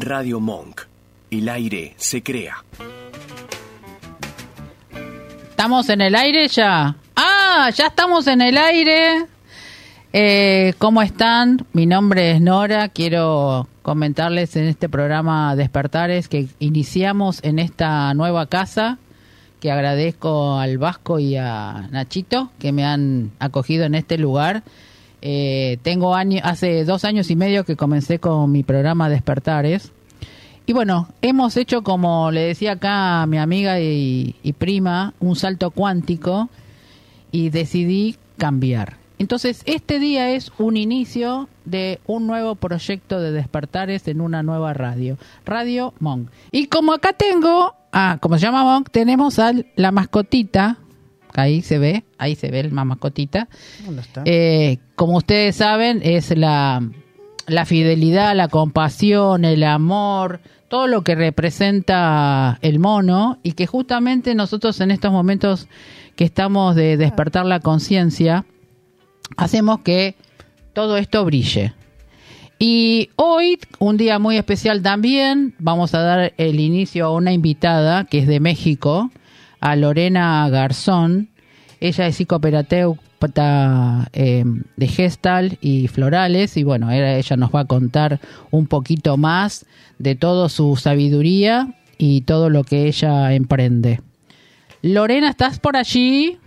Radio Monk. El aire se crea. ¿Estamos en el aire ya? ¡Ah! Ya estamos en el aire. ¿Cómo están? Mi nombre es Nora. Quiero comentarles en este programa Despertares que iniciamos en esta nueva casa, que agradezco al Vasco y a Nachito que me han acogido en este lugar. Tengo hace 2 años y medio que comencé con mi programa Despertares. Y bueno, hemos hecho, como le decía acá a mi amiga y prima, un salto cuántico y decidí cambiar. Entonces, este día es un inicio de un nuevo proyecto de Despertares en una nueva radio, Radio Monk. Y como acá tengo, como se llama Monk, tenemos a la mascotita, ahí se ve la mascotita. ¿Dónde está? Como ustedes saben, es la fidelidad, la compasión, el amor, todo lo que representa el mono, y que justamente nosotros en estos momentos que estamos de despertar la conciencia, hacemos que todo esto brille. Y hoy, un día muy especial también, vamos a dar el inicio a una invitada que es de México, a Lorena Garzón. Ella es psicoterapeuta de Gestalt y florales, y bueno, ella nos va a contar un poquito más de toda su sabiduría y todo lo que ella emprende. Lorena, ¿estás por allí?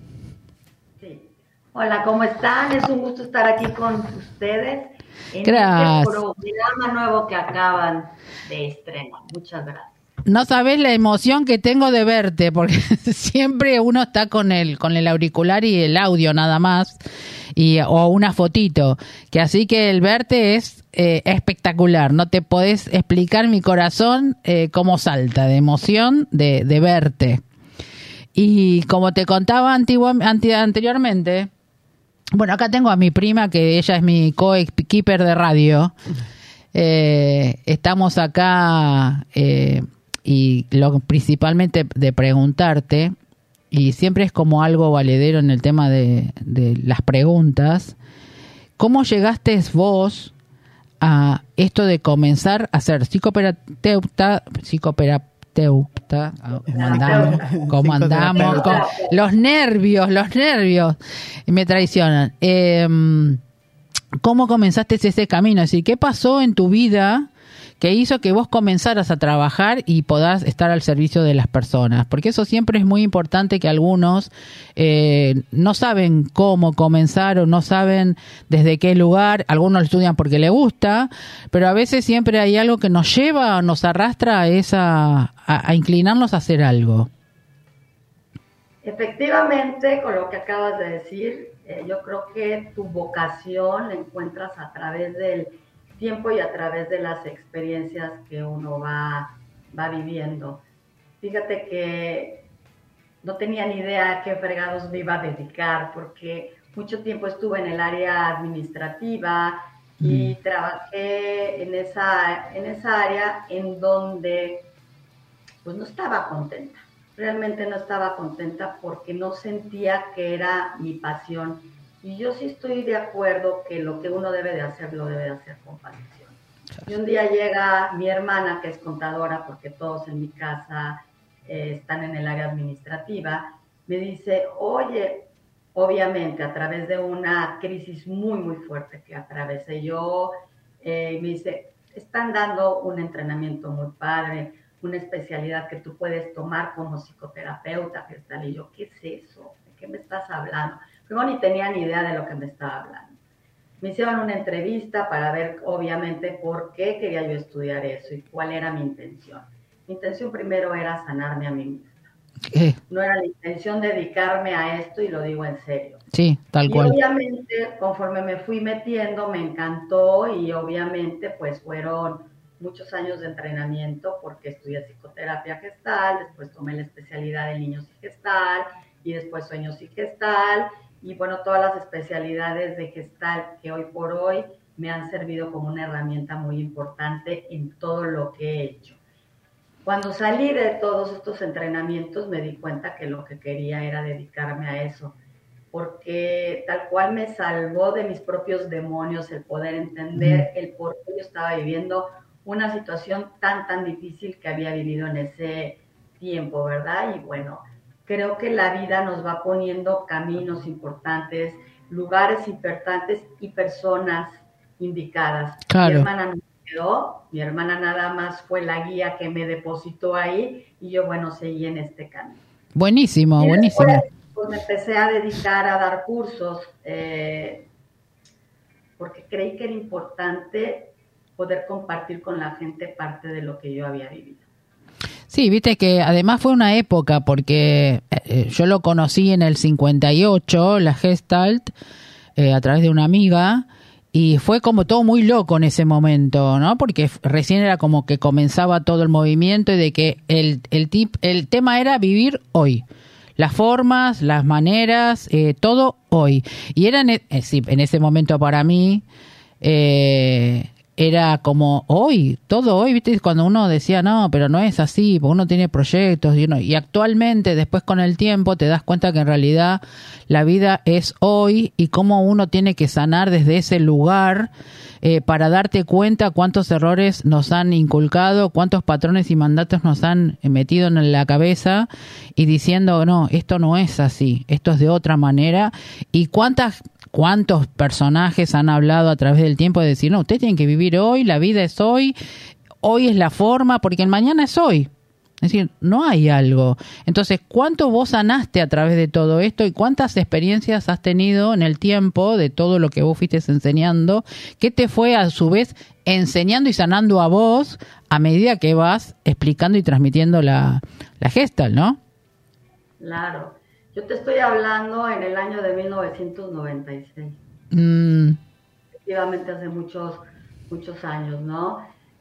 Sí. Hola, ¿cómo están? Es un gusto estar aquí con ustedes en Gracias. este programa nuevo que acaban de estrenar. Muchas gracias. No sabés la emoción que tengo de verte, porque siempre uno está con el auricular y el audio nada más, o una fotito, que así que el verte es espectacular. No te podés explicar mi corazón cómo salta de emoción de verte. Y como te contaba anteriormente, bueno, acá tengo a mi prima, que ella es mi co-keeper de radio. Estamos acá y principalmente de preguntarte, y siempre es como algo valedero en el tema de las preguntas. ¿Cómo llegaste vos a esto de comenzar a ser psicoterapeuta? ¿Cómo andamos? Los nervios me traicionan. ¿Cómo comenzaste ese camino? Es decir, ¿qué pasó en tu vida que hizo que vos comenzaras a trabajar y podás estar al servicio de las personas? Porque eso siempre es muy importante, que algunos no saben cómo comenzar o no saben desde qué lugar. Algunos lo estudian porque les gusta, pero a veces siempre hay algo que nos lleva, nos arrastra a inclinarnos a hacer algo. Efectivamente, con lo que acabas de decir, yo creo que tu vocación la encuentras a través del tiempo y a través de las experiencias que uno va viviendo. Fíjate que no tenía ni idea a qué fregados me iba a dedicar, porque mucho tiempo estuve en el área administrativa y trabajé en esa área en donde pues no estaba contenta. Realmente no estaba contenta porque no sentía que era mi pasión. Y yo sí estoy de acuerdo que lo que uno debe de hacer, lo debe de hacer con pasión. Y un día llega mi hermana, que es contadora, porque todos en mi casa están en el área administrativa, me dice, oye, obviamente a través de una crisis muy, muy fuerte que atravesé yo, me dice, están dando un entrenamiento muy padre, una especialidad que tú puedes tomar como psicoterapeuta gestal. Y yo, ¿qué es eso? ¿De qué me estás hablando? Primero ni tenía ni idea de lo que me estaba hablando. Me hicieron una entrevista para ver, obviamente, por qué quería yo estudiar eso y cuál era mi intención. Mi intención primero era sanarme a mí misma. No era la intención dedicarme a esto, y lo digo en serio. Sí, tal cual. Y obviamente, conforme me fui metiendo, me encantó, y obviamente, pues fueron muchos años de entrenamiento, porque estudié psicoterapia gestal, después tomé la especialidad de niños y gestal, y después sueños y gestal, y bueno, todas las especialidades de gestal que hoy por hoy me han servido como una herramienta muy importante en todo lo que he hecho. Cuando salí de todos estos entrenamientos me di cuenta que lo que quería era dedicarme a eso, porque tal cual me salvó de mis propios demonios el poder entender el por qué yo estaba viviendo una situación tan difícil que había vivido en ese tiempo, ¿verdad? Y bueno, creo que la vida nos va poniendo caminos importantes, lugares importantes y personas indicadas. Claro. Mi hermana no quedó, mi hermana nada más fue la guía que me depositó ahí y yo, bueno, seguí en este camino. Buenísimo, y buenísimo. Después, pues me empecé a dedicar a dar cursos porque creí que era importante poder compartir con la gente parte de lo que yo había vivido. Sí, viste que además fue una época porque yo lo conocí en el 58, la Gestalt, a través de una amiga, y fue como todo muy loco en ese momento, ¿no? Porque recién era como que comenzaba todo el movimiento y de que el tema era vivir hoy. Las formas, las maneras, todo hoy. Y era sí, en ese momento para mí era como hoy, todo hoy, ¿viste? Cuando uno decía, no, pero no es así, porque uno tiene proyectos y actualmente, después con el tiempo, te das cuenta que en realidad la vida es hoy y cómo uno tiene que sanar desde ese lugar para darte cuenta cuántos errores nos han inculcado, cuántos patrones y mandatos nos han metido en la cabeza y diciendo, no, esto no es así, esto es de otra manera, y cuántos personajes han hablado a través del tiempo de decir, no, ustedes tienen que vivir hoy, la vida es hoy es la forma, porque el mañana es hoy. Es decir, no hay algo. Entonces, ¿cuánto vos sanaste a través de todo esto y cuántas experiencias has tenido en el tiempo de todo lo que vos fuiste enseñando? ¿Qué te fue a su vez enseñando y sanando a vos a medida que vas explicando y transmitiendo la Gestalt, ¿no? Claro. Yo te estoy hablando en el año de 1996. Efectivamente hace muchos años, ¿no?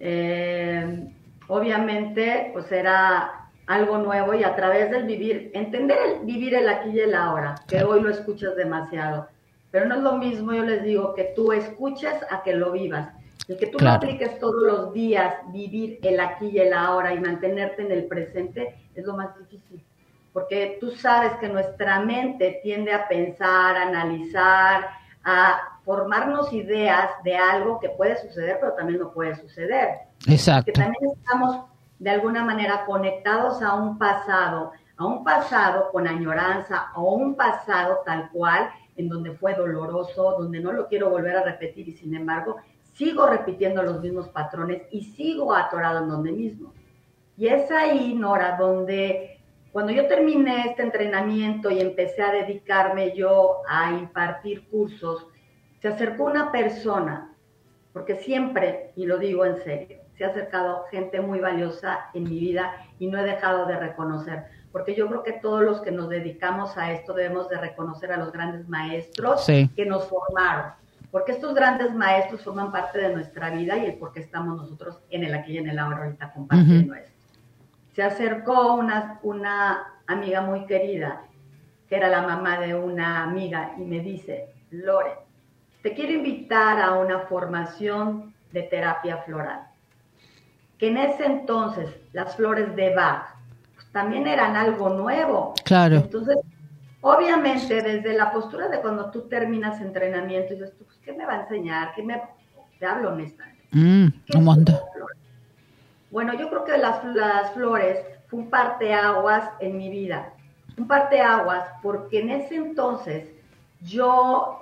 Obviamente, pues era algo nuevo y a través del vivir, entender el vivir el aquí y el ahora, que hoy lo escuchas demasiado. Pero no es lo mismo, yo les digo, que tú escuches a que lo vivas. El que tú lo apliques todos los días, vivir el aquí y el ahora y mantenerte en el presente es lo más difícil. Porque tú sabes que nuestra mente tiende a pensar, a analizar, a formarnos ideas de algo que puede suceder, pero también no puede suceder. Exacto. Que también estamos de alguna manera conectados a un pasado con añoranza, o un pasado tal cual, en donde fue doloroso, donde no lo quiero volver a repetir y sin embargo sigo repitiendo los mismos patrones y sigo atorado en donde mismo. Y es ahí, Nora, donde cuando yo terminé este entrenamiento y empecé a dedicarme yo a impartir cursos, se acercó una persona, porque siempre, y lo digo en serio, se ha acercado gente muy valiosa en mi vida y no he dejado de reconocer, porque yo creo que todos los que nos dedicamos a esto debemos de reconocer a los grandes maestros que nos formaron, porque estos grandes maestros forman parte de nuestra vida y el por qué estamos nosotros en el aquí y en el ahora ahorita compartiendo esto. Se acercó una amiga muy querida, que era la mamá de una amiga, y me dice, Lore, te quiero invitar a una formación de terapia floral. Que en ese entonces las flores de Bach pues, también eran algo nuevo. Claro. Entonces, obviamente, desde la postura de cuando tú terminas entrenamiento, dices, pues, ¿qué me va a enseñar? Te hablo honestamente. Un montón. Bueno, yo creo que las flores fue un parteaguas en mi vida. Un parteaguas porque en ese entonces yo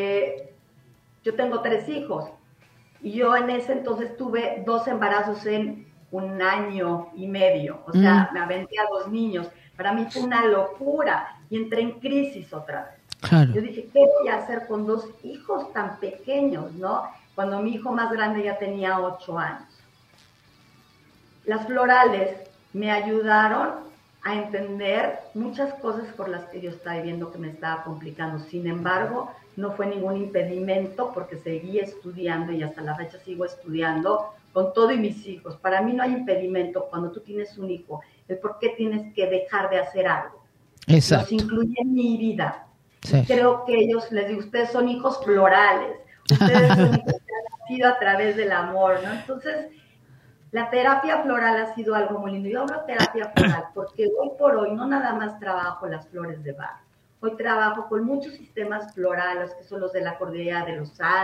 tengo 3 hijos y yo en ese entonces tuve 2 embarazos en 1 año y medio. O sea, me aventé a 2 niños. Para mí fue una locura y entré en crisis otra vez. Claro. Yo dije, ¿qué voy a hacer con 2 hijos tan pequeños, no? Cuando mi hijo más grande ya tenía 8 años. Las florales me ayudaron a entender muchas cosas por las que yo estaba viviendo que me estaba complicando. Sin embargo, no fue ningún impedimento porque seguí estudiando y hasta la fecha sigo estudiando con todo y mis hijos. Para mí no hay impedimento cuando tú tienes un hijo, el por qué tienes que dejar de hacer algo. Exacto. Los incluye en mi vida. Sí. Creo que ellos, les digo, ustedes son hijos florales. Ustedes son hijos que han nacido a través del amor, ¿no? Entonces, la terapia floral ha sido algo muy lindo. Yo hablo de terapia floral porque hoy por hoy no nada más trabajo las flores de Bach. Hoy trabajo con muchos sistemas florales, que son los de la cordillera de los Andes,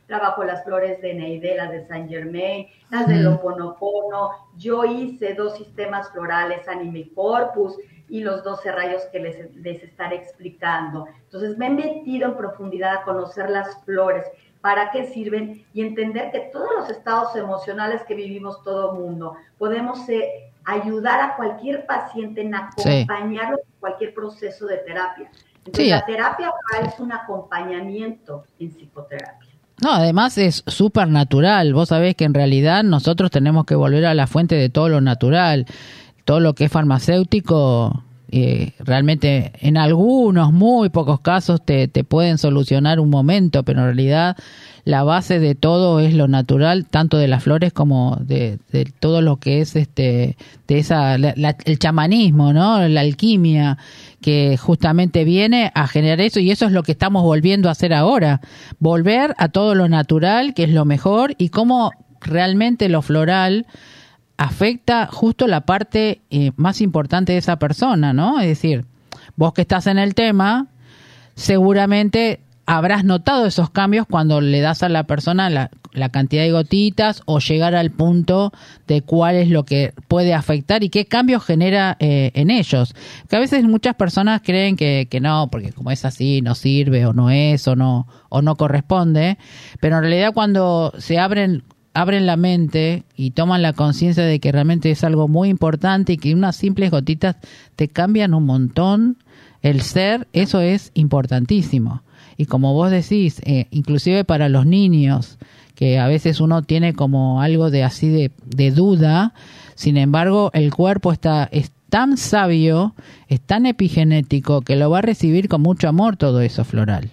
trabajo las flores de Neide, las de Saint Germain, las de Ho'oponopono. Yo hice 2 sistemas florales, Anima y Corpus, y los 12 rayos que les estaré explicando. Entonces me he metido en profundidad a conocer las flores, para qué sirven y entender que todos los estados emocionales que vivimos todo mundo, podemos ayudar a cualquier paciente en acompañarlo en cualquier proceso de terapia. Entonces, la terapia es un acompañamiento en psicoterapia. No, además es súper natural. Vos sabés que en realidad nosotros tenemos que volver a la fuente de todo lo natural. Todo lo que es farmacéutico, realmente en algunos, muy pocos casos te pueden solucionar un momento, pero en realidad la base de todo es lo natural, tanto de las flores como de todo lo que es de el chamanismo, ¿no? La alquimia, que justamente viene a generar eso, y eso es lo que estamos volviendo a hacer ahora, volver a todo lo natural, que es lo mejor, y cómo realmente lo floral afecta justo la parte más importante de esa persona, ¿no? Es decir, vos que estás en el tema, seguramente habrás notado esos cambios cuando le das a la persona la cantidad de gotitas, o llegar al punto de cuál es lo que puede afectar y qué cambios genera en ellos. Que a veces muchas personas creen que no, porque como es así, no sirve, o no es, o no corresponde, pero en realidad cuando se abren la mente y toman la conciencia de que realmente es algo muy importante y que unas simples gotitas te cambian un montón el ser, eso es importantísimo. Y como vos decís, inclusive para los niños, que a veces uno tiene como algo de así de duda, sin embargo el cuerpo es tan sabio, es tan epigenético, que lo va a recibir con mucho amor todo eso floral.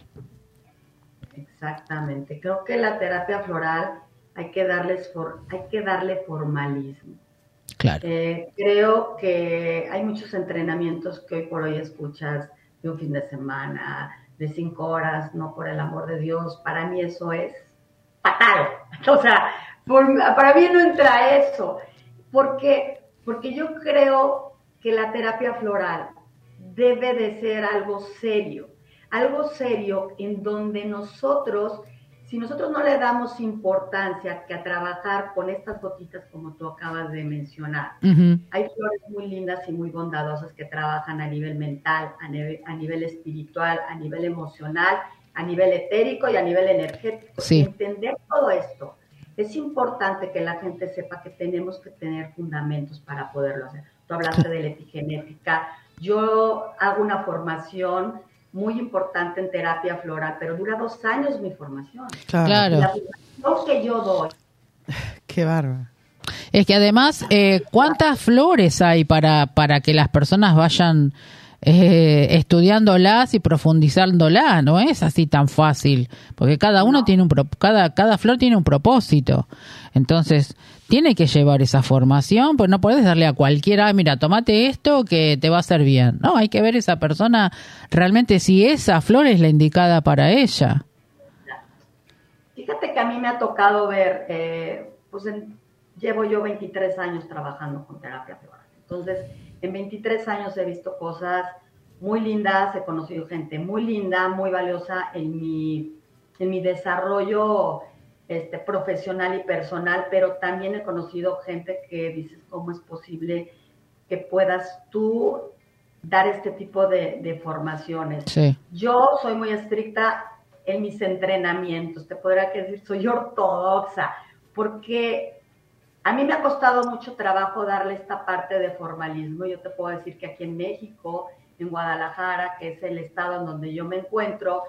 Exactamente, creo que la terapia floral hay que darle formalismo. Claro. Creo que hay muchos entrenamientos que hoy por hoy escuchas de un fin de semana, de 5 horas, no, por el amor de Dios. Para mí eso es fatal. O sea, para mí no entra eso. Porque yo creo que la terapia floral debe de ser algo serio en donde si nosotros no le damos importancia que a trabajar con estas gotitas como tú acabas de mencionar, hay flores muy lindas y muy bondadosas que trabajan a nivel mental, a nivel espiritual, a nivel emocional, a nivel etérico y a nivel energético. Sí. Entender todo esto, es importante que la gente sepa que tenemos que tener fundamentos para poderlo hacer. Tú hablaste de la epigenética. Yo hago una formación muy importante en terapia floral, pero dura 2 años mi formación. Claro. Y la formación que yo doy. Qué bárbaro. Es que además, ¿cuántas flores hay para que las personas vayan estudiándolas y profundizándolas? No es así tan fácil, porque cada uno tiene cada flor tiene un propósito. Entonces, tiene que llevar esa formación, pues no podés darle a cualquiera, mira, tomate esto que te va a hacer bien. No, hay que ver esa persona realmente si esa flor es la indicada para ella. Fíjate que a mí me ha tocado ver, llevo yo 23 años trabajando con terapia floral. Entonces, en 23 años he visto cosas muy lindas, he conocido gente muy linda, muy valiosa en mi desarrollo profesional y personal, pero también he conocido gente que dices, ¿cómo es posible que puedas tú dar este tipo de formaciones? Sí. Yo soy muy estricta en mis entrenamientos, te podría decir, soy ortodoxa, porque a mí me ha costado mucho trabajo darle esta parte de formalismo. Yo te puedo decir que aquí en México, en Guadalajara, que es el estado en donde yo me encuentro,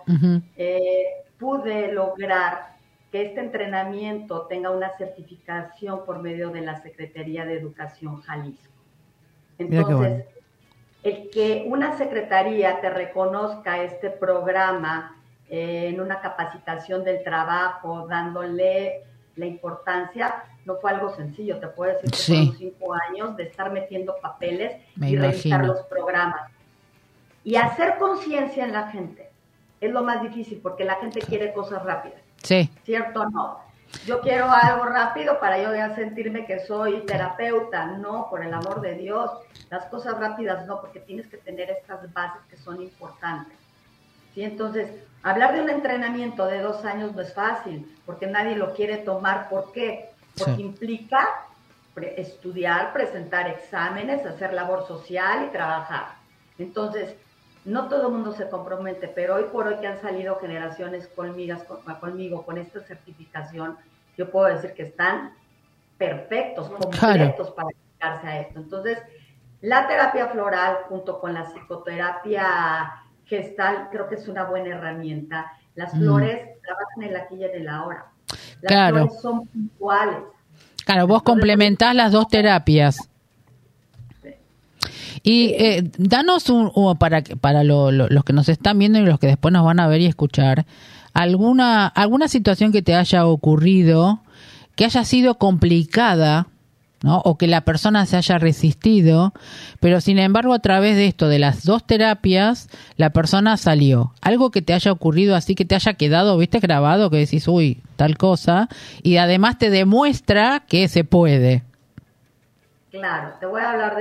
pude lograr que este entrenamiento tenga una certificación por medio de la Secretaría de Educación Jalisco. Entonces, el que una secretaría te reconozca este programa en una capacitación del trabajo, dándole la importancia, no fue algo sencillo. Te puedo decir que fueron 5 años de estar metiendo papeles y revisar los programas. Y hacer conciencia en la gente es lo más difícil, porque la gente quiere cosas rápidas. Sí. ¿Cierto o no? Yo quiero algo rápido para yo ya sentirme que soy terapeuta. No, por el amor de Dios. Las cosas rápidas no, porque tienes que tener estas bases que son importantes. ¿sí? Entonces, hablar de un entrenamiento de 2 años no es fácil, porque nadie lo quiere tomar. ¿Por qué? Porque implica estudiar, presentar exámenes, hacer labor social y trabajar. Entonces, no todo el mundo se compromete, pero hoy por hoy que han salido generaciones conmigo con esta certificación, yo puedo decir que están perfectos, completos para dedicarse a esto. Entonces, la terapia floral junto con la psicoterapia gestal creo que es una buena herramienta. Las flores trabajan en la aquí y en el ahora. Las flores son puntuales. Claro, vos complementás las dos terapias. Sí. Y danos para los que nos están viendo y los que después nos van a ver y escuchar, alguna situación que te haya ocurrido, que haya sido complicada, ¿no? O que la persona se haya resistido, pero sin embargo a través de esto, de las dos terapias, la persona salió. Algo que te haya ocurrido así, que te haya quedado, viste, grabado, que decís, uy, tal cosa, y además te demuestra que se puede. Claro, te voy a hablar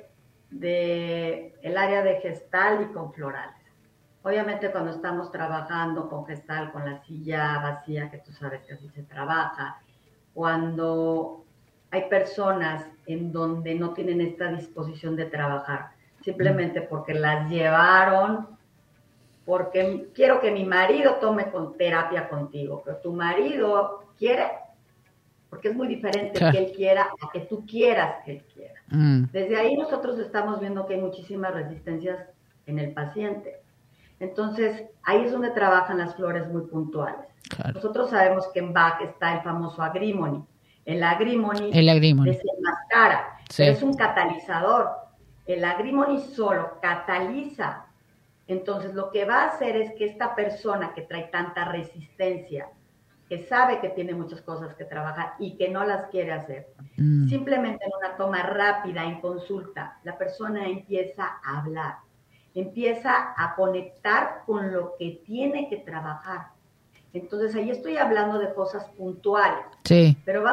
de el área de gestal y con florales. Obviamente cuando estamos trabajando con gestal, con la silla vacía, que tú sabes que así se trabaja, cuando hay personas en donde no tienen esta disposición de trabajar, simplemente porque las llevaron, porque quiero que mi marido tome terapia contigo, pero tu marido quiere, porque es muy diferente que él quiera a que tú quieras que él quiera. Desde ahí nosotros estamos viendo que hay muchísimas resistencias en el paciente. Entonces, ahí es donde trabajan las flores muy puntuales. Claro. Nosotros sabemos que en Bach está el famoso agrimony. El agrimony desenmascara, pero es un catalizador. El agrimony solo cataliza. Entonces, lo que va a hacer es que esta persona que trae tanta resistencia, que sabe que tiene muchas cosas que trabajar y que no las quiere hacer, simplemente en una toma rápida, en consulta, la persona empieza a hablar, empieza a conectar con lo que tiene que trabajar. Entonces, ahí estoy hablando de cosas puntuales. Sí. Pero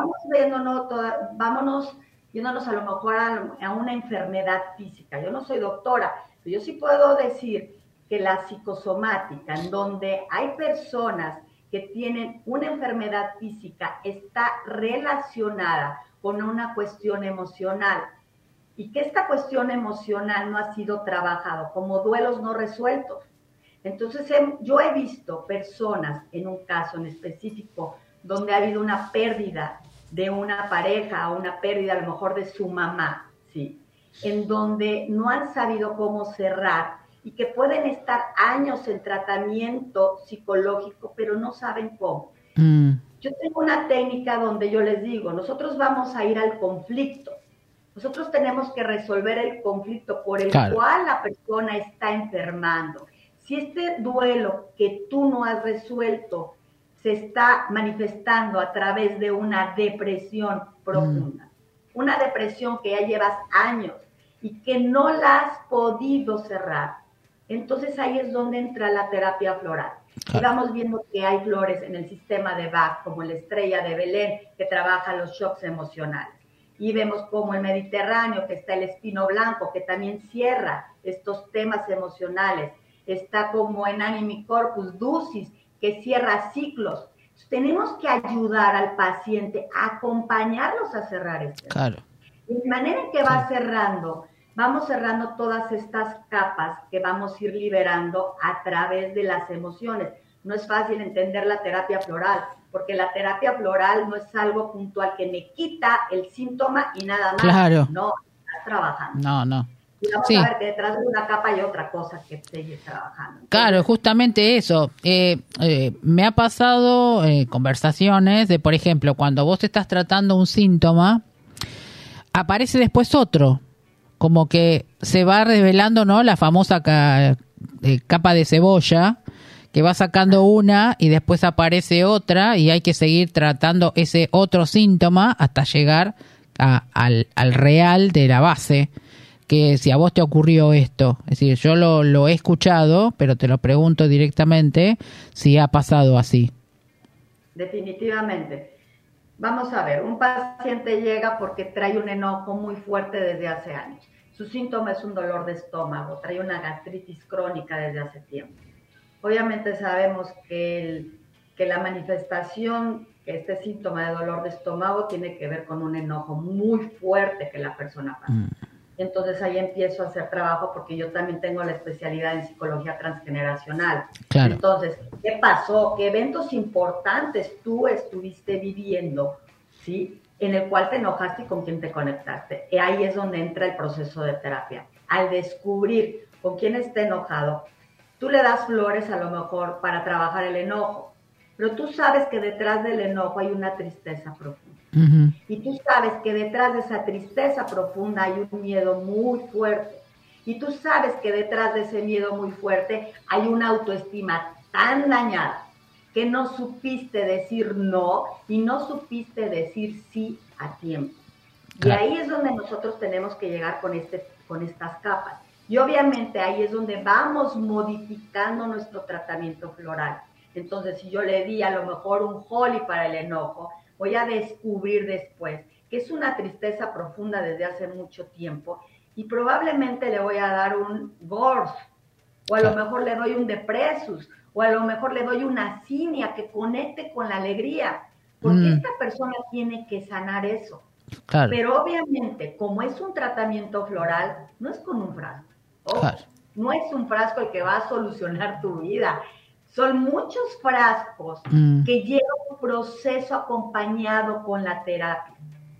vámonos yéndonos a lo mejor a una enfermedad física. Yo no soy doctora, pero yo sí puedo decir que la psicosomática, en donde hay personas que tienen una enfermedad física, está relacionada con una cuestión emocional. Y que esta cuestión emocional no ha sido trabajado, como duelos no resueltos. Entonces, yo he visto personas, en un caso en específico, donde ha habido una pérdida de una pareja, o una pérdida a lo mejor de su mamá, ¿sí? En donde no han sabido cómo cerrar y que pueden estar años en tratamiento psicológico, pero no saben cómo. Yo tengo una técnica donde yo les digo, nosotros vamos a ir al conflicto. Nosotros tenemos que resolver el conflicto por el cual la persona está enfermando. Si este duelo que tú no has resuelto se está manifestando a través de una depresión profunda, una depresión que ya llevas años y que no la has podido cerrar, entonces ahí es donde entra la terapia floral. Y vamos viendo que hay flores en el sistema de Bach, como la estrella de Belén, que trabaja los shocks emocionales. Y vemos como el Mediterráneo, que está el espino blanco, que también cierra estos temas emocionales. Está como en Animi Corpus Ducis, que cierra ciclos. Tenemos que ayudar al paciente, a acompañarlos a cerrar este. Claro. De manera en que va cerrando, vamos cerrando todas estas capas que vamos a ir liberando a través de las emociones. No es fácil entender la terapia floral, porque la terapia floral no es algo puntual que me quita el síntoma y nada más. Claro. No, estás trabajando. No. Y vamos a ver que detrás de una capa hay otra cosa que seguir trabajando. Entonces, claro, justamente eso. Me ha pasado conversaciones de, por ejemplo, cuando vos estás tratando un síntoma, aparece después otro, como que se va revelando, ¿no? La famosa capa de cebolla, que va sacando una y después aparece otra y hay que seguir tratando ese otro síntoma hasta llegar al real de la base. Que si a vos te ocurrió esto, es decir, yo lo he escuchado, pero te lo pregunto directamente si ha pasado así. Definitivamente. Vamos a ver, un paciente llega porque trae un enojo muy fuerte desde hace años. Su síntoma es un dolor de estómago, trae una gastritis crónica desde hace tiempo. Obviamente sabemos que la manifestación, que este síntoma de dolor de estómago tiene que ver con un enojo muy fuerte que la persona pasa. Entonces ahí empiezo a hacer trabajo porque yo también tengo la especialidad en psicología transgeneracional. Claro. Entonces, ¿qué pasó? ¿Qué eventos importantes tú estuviste viviendo, ¿sí? En el cual te enojaste y con quién te conectaste? Y ahí es donde entra el proceso de terapia. Al descubrir con quién está enojado, tú le das flores a lo mejor para trabajar el enojo, pero tú sabes que detrás del enojo hay una tristeza profunda. Uh-huh. Y tú sabes que detrás de esa tristeza profunda hay un miedo muy fuerte. Y tú sabes que detrás de ese miedo muy fuerte hay una autoestima tan dañada que no supiste decir no y no supiste decir sí a tiempo. Claro. Y ahí es donde nosotros tenemos que llegar con estas capas. Y obviamente ahí es donde vamos modificando nuestro tratamiento floral. Entonces, si yo le di a lo mejor un Holly para el enojo, voy a descubrir después que es una tristeza profunda desde hace mucho tiempo y probablemente le voy a dar un Gorf, o a lo mejor le doy un Depressus, o a lo mejor le doy una Cinia que conecte con la alegría, porque esta persona tiene que sanar eso. Claro. Pero obviamente, como es un tratamiento floral, no es con un frasco. Claro. No es un frasco el que va a solucionar tu vida. Son muchos frascos que llevan un proceso acompañado con la terapia.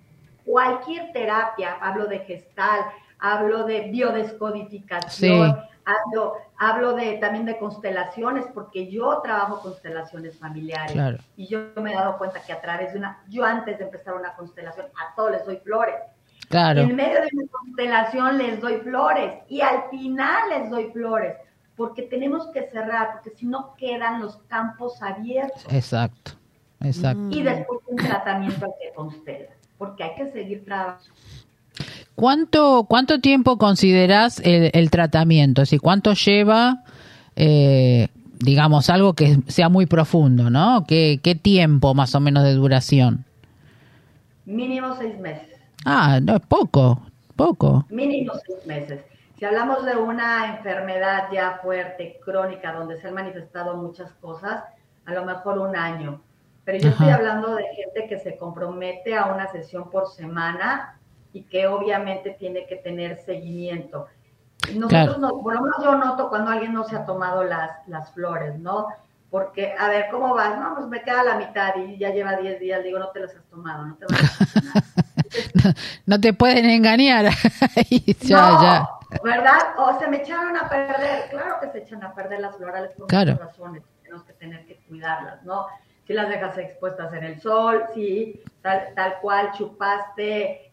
Cualquier terapia, hablo de gestal, hablo de biodescodificación, sí. hablo también de constelaciones, porque yo trabajo constelaciones familiares. Claro. Y yo me he dado cuenta que a través de yo antes de empezar una constelación, a todos les doy flores. Claro. En medio de mi constelación les doy flores y al final les doy flores. Porque tenemos que cerrar, porque si no quedan los campos abiertos. Exacto. Y después un tratamiento al que constela, porque hay que seguir trabajando. ¿Cuánto tiempo considerás el tratamiento? Es decir, ¿cuánto lleva, digamos, algo que sea muy profundo, ¿no? ¿Qué tiempo más o menos de duración? Mínimo 6 meses. Ah, no es poco. Mínimo 6 meses. Si hablamos de una enfermedad ya fuerte, crónica, donde se han manifestado muchas cosas, a lo mejor 1 año. Pero yo estoy hablando de gente que se compromete a una sesión por semana y que obviamente tiene que tener seguimiento. Nosotros, por lo menos yo noto cuando alguien no se ha tomado las flores, ¿no? Porque, a ver, ¿cómo vas? No, pues me queda la mitad y ya lleva 10 días. Digo, no te las has tomado, no te vas a funcionar. No te pueden engañar. ya. ¿Verdad? O se me echaron a perder. Claro que se echan a perder las florales por muchas razones. Tenemos que tener que cuidarlas, ¿no? Si las dejas expuestas en el sol, sí, tal cual chupaste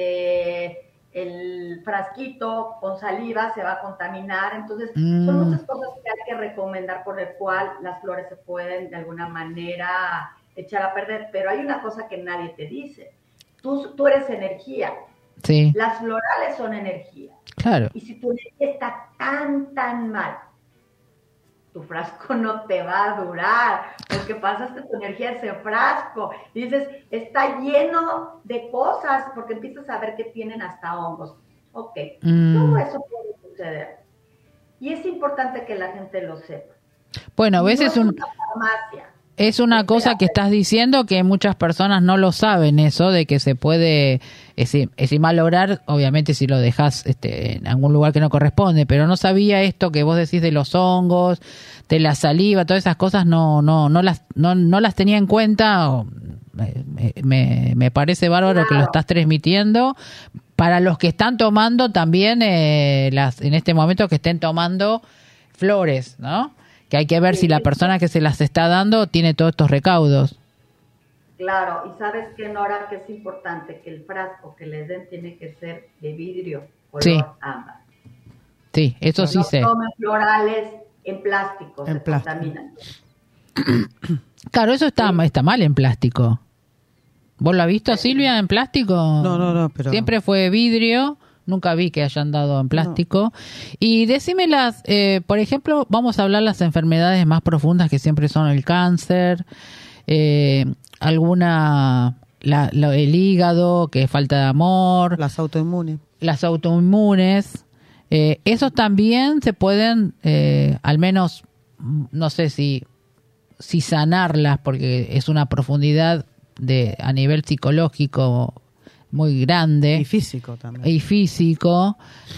el frasquito con saliva, se va a contaminar. Entonces, son muchas cosas que hay que recomendar por el cual las flores se pueden de alguna manera echar a perder. Pero hay una cosa que nadie te dice. Tú eres energía. Sí. Las florales son energía. Claro. Y si tu energía está tan mal, tu frasco no te va a durar, porque pasaste tu energía a ese frasco. Y dices, está lleno de cosas, porque empiezas a ver que tienen hasta hongos. Ok, todo eso puede suceder. Y es importante que la gente lo sepa. Bueno, a veces no es una farmacia. Es una cosa que estás diciendo que muchas personas no lo saben, eso de que se puede malograr, obviamente si lo dejas en algún lugar que no corresponde, pero no sabía esto que vos decís de los hongos, de la saliva, todas esas cosas no las tenía en cuenta. Me parece bárbaro que lo estás transmitiendo para los que están tomando también en este momento que estén tomando flores, ¿no? Que hay que ver si la persona que se las está dando tiene todos estos recaudos. Claro, y sabes que, Nora, que es importante que el frasco que les den tiene que ser de vidrio, color ámbar. Sí, eso sí sé. No tomen florales en plástico, se contaminan. Claro, eso está mal en plástico. ¿Vos lo has visto, Silvia, en plástico? No, pero... Siempre fue vidrio. Nunca vi que hayan dado en plástico. No. Y decímelas, por ejemplo, vamos a hablar las enfermedades más profundas que siempre son el cáncer, el hígado, que es falta de amor. Las autoinmunes. Esos también se pueden, al menos no sé si sanarlas, porque es una profundidad a nivel psicológico muy grande. Y físico también. Y físico,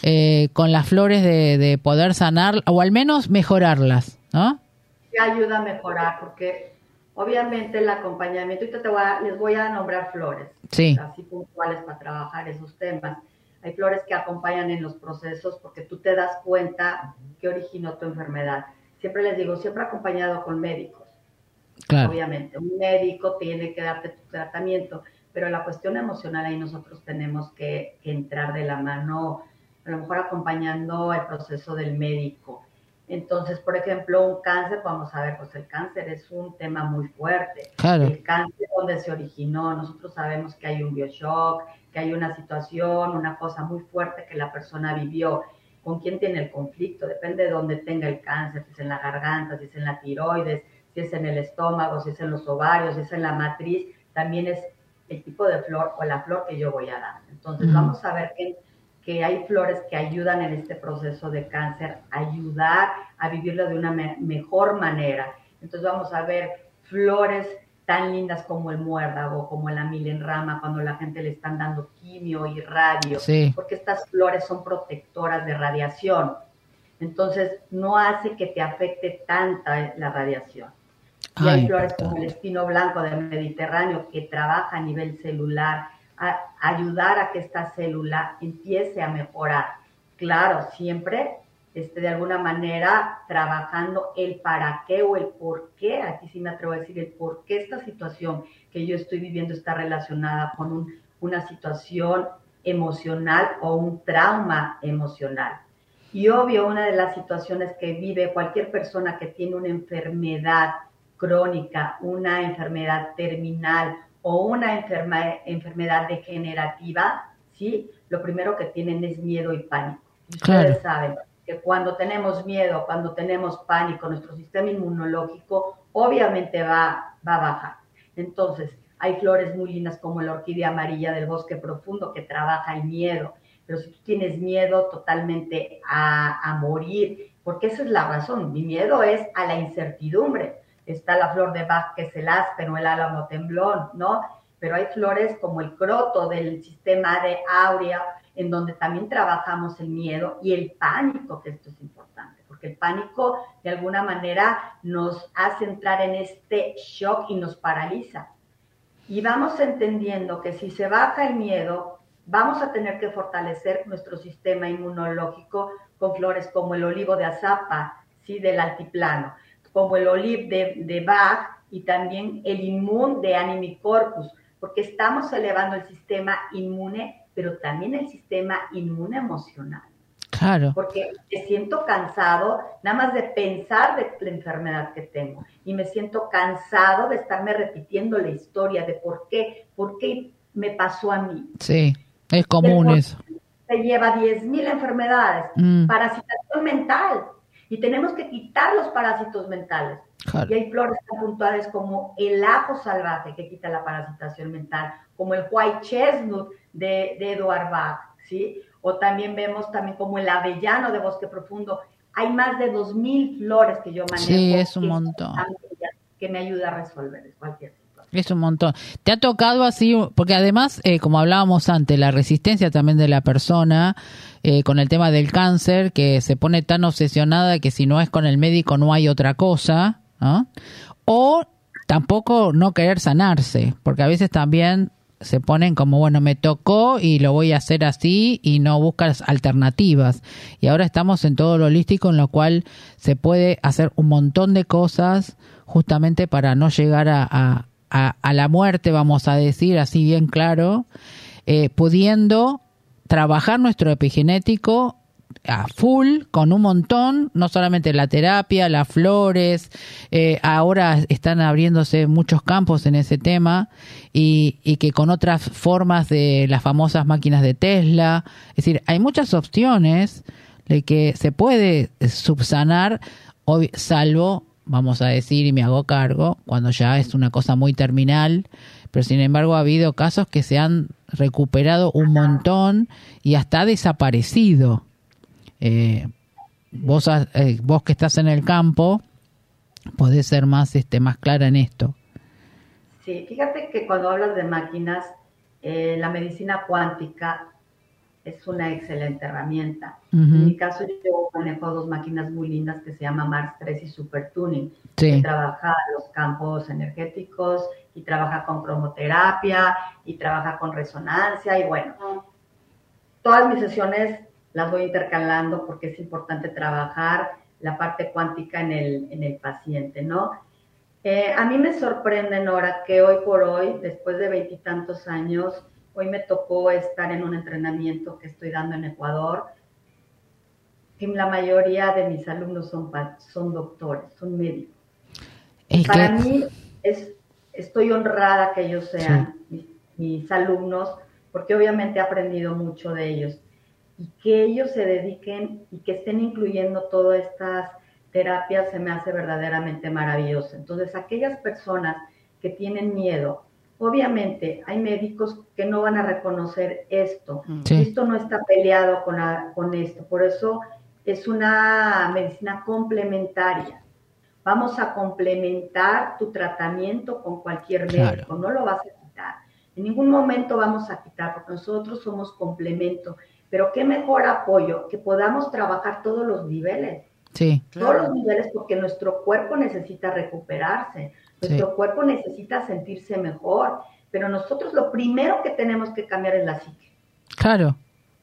con las flores de poder sanar, o al menos mejorarlas, ¿no? Que ayuda a mejorar, porque obviamente el acompañamiento, ahorita les voy a nombrar flores, sí, así puntuales para trabajar esos temas. Hay flores que acompañan en los procesos porque tú te das cuenta que originó tu enfermedad. Siempre les digo, siempre acompañado con médicos. claro. Obviamente, un médico tiene que darte tu tratamiento, pero la cuestión emocional ahí nosotros tenemos que entrar de la mano, a lo mejor acompañando el proceso del médico. Entonces, por ejemplo, un cáncer, vamos a ver, pues el cáncer es un tema muy fuerte. Claro. El cáncer, ¿dónde se originó? Nosotros sabemos que hay un bioshock, que hay una situación, una cosa muy fuerte que la persona vivió. ¿Con quién tiene el conflicto? Depende de dónde tenga el cáncer, si es en la garganta, si es en la tiroides, si es en el estómago, si es en los ovarios, si es en la matriz, también es el tipo de flor o la flor que yo voy a dar. Entonces, vamos a ver que hay flores que ayudan en este proceso de cáncer, ayudar a vivirlo de una mejor manera. Entonces vamos a ver flores tan lindas como el muérdago, como la milenrama, cuando la gente le están dando quimio y radio, sí, porque estas flores son protectoras de radiación. Entonces no hace que te afecte tanta la radiación. Y hay flores como el espino blanco del Mediterráneo que trabaja a nivel celular, a ayudar a que esta célula empiece a mejorar. Claro, siempre de alguna manera trabajando el para qué o el por qué, aquí sí me atrevo a decir el por qué esta situación que yo estoy viviendo está relacionada con una situación emocional o un trauma emocional. Y obvio, una de las situaciones que vive cualquier persona que tiene una enfermedad crónica, una enfermedad terminal o una enfermedad degenerativa, ¿sí? Lo primero que tienen es miedo y pánico. Ustedes saben que cuando tenemos miedo, cuando tenemos pánico, nuestro sistema inmunológico obviamente va a bajar. Entonces, hay flores muy lindas como la orquídea amarilla del bosque profundo que trabaja el miedo. Pero si tú tienes miedo totalmente a morir, porque esa es la razón, mi miedo es a la incertidumbre. Está la flor de Bach, que es el aspen o el álamo temblón, ¿no? Pero hay flores como el croto del sistema de áurea, en donde también trabajamos el miedo y el pánico, que esto es importante, porque el pánico de alguna manera nos hace entrar en este shock y nos paraliza. Y vamos entendiendo que si se baja el miedo, vamos a tener que fortalecer nuestro sistema inmunológico con flores como el olivo de Azapa, ¿sí? Del altiplano, como el oliv de Bach y también el inmun de Animicorpus, porque estamos elevando el sistema inmune, pero también el sistema inmune emocional. Claro. Porque me siento cansado nada más de pensar de la enfermedad que tengo y me siento cansado de estarme repitiendo la historia de por qué me pasó a mí. Sí, es común eso. Se lleva 10,000 enfermedades, parasitación mental. Y tenemos que quitar los parásitos mentales. Claro. Y hay flores tan puntuales como el ajo salvaje, que quita la parasitación mental, como el white chestnut de Edward Bach, ¿sí? O también vemos también como el avellano de bosque profundo. Hay más de 2,000 flores que yo manejo. Sí, es un montón. Que me ayuda a resolver cualquier situación. Es un montón. ¿Te ha tocado así? Porque además, como hablábamos antes, la resistencia también de la persona con el tema del cáncer, que se pone tan obsesionada que si no es con el médico no hay otra cosa, ¿no? O tampoco no querer sanarse, porque a veces también se ponen como, bueno, me tocó y lo voy a hacer así y no buscas alternativas. Y ahora estamos en todo lo holístico, en lo cual se puede hacer un montón de cosas justamente para no llegar a la muerte, vamos a decir así bien claro, pudiendo trabajar nuestro epigenético a full, con un montón, no solamente la terapia, las flores, ahora están abriéndose muchos campos en ese tema y que con otras formas de las famosas máquinas de Tesla, es decir, hay muchas opciones de que se puede subsanar, salvo, vamos a decir, y me hago cargo, cuando ya es una cosa muy terminal, pero sin embargo ha habido casos que se han recuperado un montón y hasta desaparecido. Vos que estás en el campo, podés ser más más clara en esto. Sí, fíjate que cuando hablas de máquinas, la medicina cuántica es una excelente herramienta. En mi caso, yo manejo 2 máquinas muy lindas que se llaman Mars 3 y Super Tuning, que trabaja los campos energéticos y trabaja con cromoterapia y trabaja con resonancia y bueno, todas mis sesiones las voy intercalando porque es importante trabajar la parte cuántica en el paciente, ¿no? A mí me sorprende, Nora, que hoy por hoy, después de 20 y tantos años, hoy me tocó estar en un entrenamiento que estoy dando en Ecuador, que la mayoría de mis alumnos son doctores, son médicos. Para mí, estoy honrada que ellos sean mis alumnos, porque obviamente he aprendido mucho de ellos. Y que ellos se dediquen y que estén incluyendo todas estas terapias se me hace verdaderamente maravilloso. Entonces, aquellas personas que tienen miedo, obviamente hay médicos que no van a reconocer esto. Esto no está peleado con esto. Por eso es una medicina complementaria. Vamos a complementar tu tratamiento con cualquier médico. No lo vas a quitar. En ningún momento vamos a quitar, porque nosotros somos complemento. Pero qué mejor apoyo que podamos trabajar todos los niveles. Sí, todos los niveles, porque nuestro cuerpo necesita recuperarse, nuestro cuerpo necesita sentirse mejor, pero nosotros lo primero que tenemos que cambiar es la psique. Claro.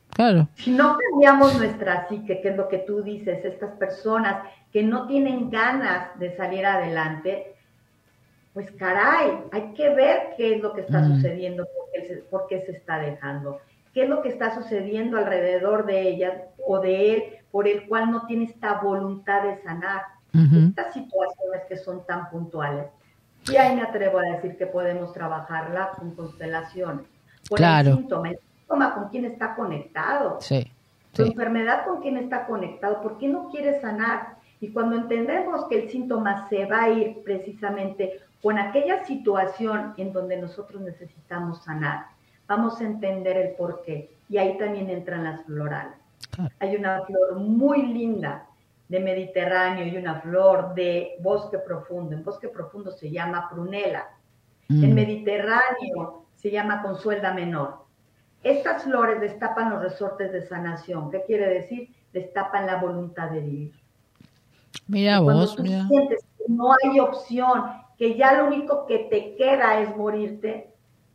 Si no cambiamos nuestra psique, que es lo que tú dices, estas personas que no tienen ganas de salir adelante, pues caray, hay que ver qué es lo que está sucediendo, por qué se está dejando, qué es lo que está sucediendo alrededor de ella o de él, por el cual no tiene esta voluntad de sanar. Estas situaciones que son tan puntuales. Y ahí me atrevo a decir que podemos trabajarla con constelaciones, con el síntoma con quién está conectado, tu enfermedad con quién está conectado, por qué no quiere sanar. Y cuando entendemos que el síntoma se va a ir precisamente con aquella situación en donde nosotros necesitamos sanar, vamos a entender el porqué. Y ahí también entran las florales. Hay una flor muy linda de Mediterráneo y una flor de bosque profundo. En bosque profundo se llama prunela. En Mediterráneo se llama consuelda menor. Estas flores destapan los resortes de sanación. ¿Qué quiere decir? Destapan la voluntad de vivir. Mira vos, tú sientes que no hay opción, que ya lo único que te queda es morirte,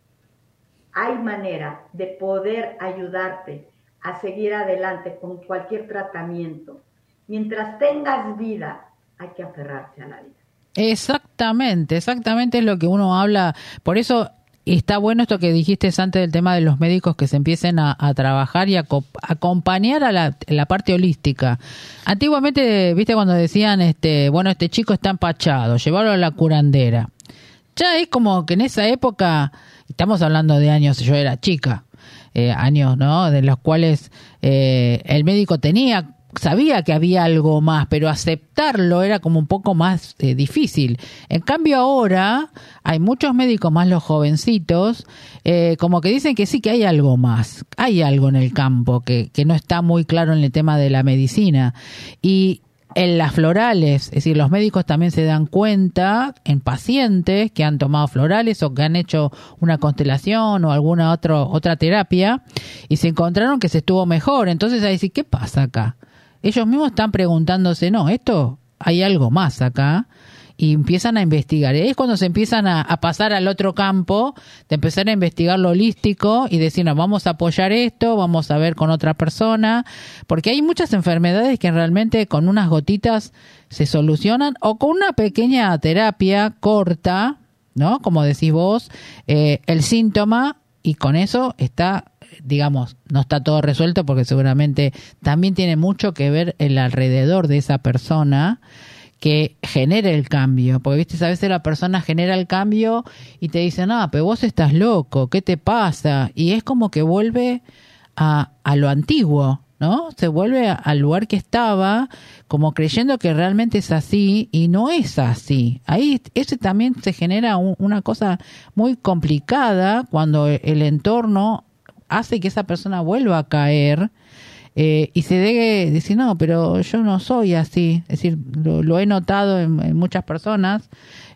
hay manera de poder ayudarte a seguir adelante con cualquier tratamiento. Mientras tengas vida, hay que aferrarse a la vida. Exactamente es lo que uno habla. Por eso está bueno esto que dijiste antes del tema de los médicos que se empiecen a trabajar y a acompañar a la parte holística. Antiguamente, viste cuando decían, este chico está empachado, llevarlo a la curandera. Ya es como que en esa época, estamos hablando de años, yo era chica, años, ¿no? De los cuales el médico sabía que había algo más, pero aceptarlo era como un poco más difícil. En cambio ahora hay muchos médicos, más los jovencitos, como que dicen que sí, que hay algo más, hay algo en el campo que no está muy claro en el tema de la medicina. Y en las florales, es decir, los médicos también se dan cuenta en pacientes que han tomado florales o que han hecho una constelación o alguna otra terapia y se encontraron que se estuvo mejor. Entonces ahí sí, ¿qué pasa acá? Ellos mismos están preguntándose, no, esto hay algo más acá, y empiezan a investigar. Es cuando se empiezan a pasar al otro campo, de empezar a investigar lo holístico y decir, no, vamos a apoyar esto, vamos a ver con otra persona, porque hay muchas enfermedades que realmente con unas gotitas se solucionan, o con una pequeña terapia corta, ¿no? Como decís vos, el síntoma, y con eso está, digamos, no está todo resuelto, porque seguramente también tiene mucho que ver el alrededor de esa persona que genere el cambio, porque viste, a veces la persona genera el cambio y te dice, no, pero vos estás loco, ¿qué te pasa? Y es como que vuelve a lo antiguo, ¿no? Se vuelve al lugar que estaba, como creyendo que realmente es así, y no es así. Ahí ese también se genera una cosa muy complicada cuando el entorno hace que esa persona vuelva a caer y se debe decir, no, pero yo no soy así. Es decir, lo he notado en muchas personas,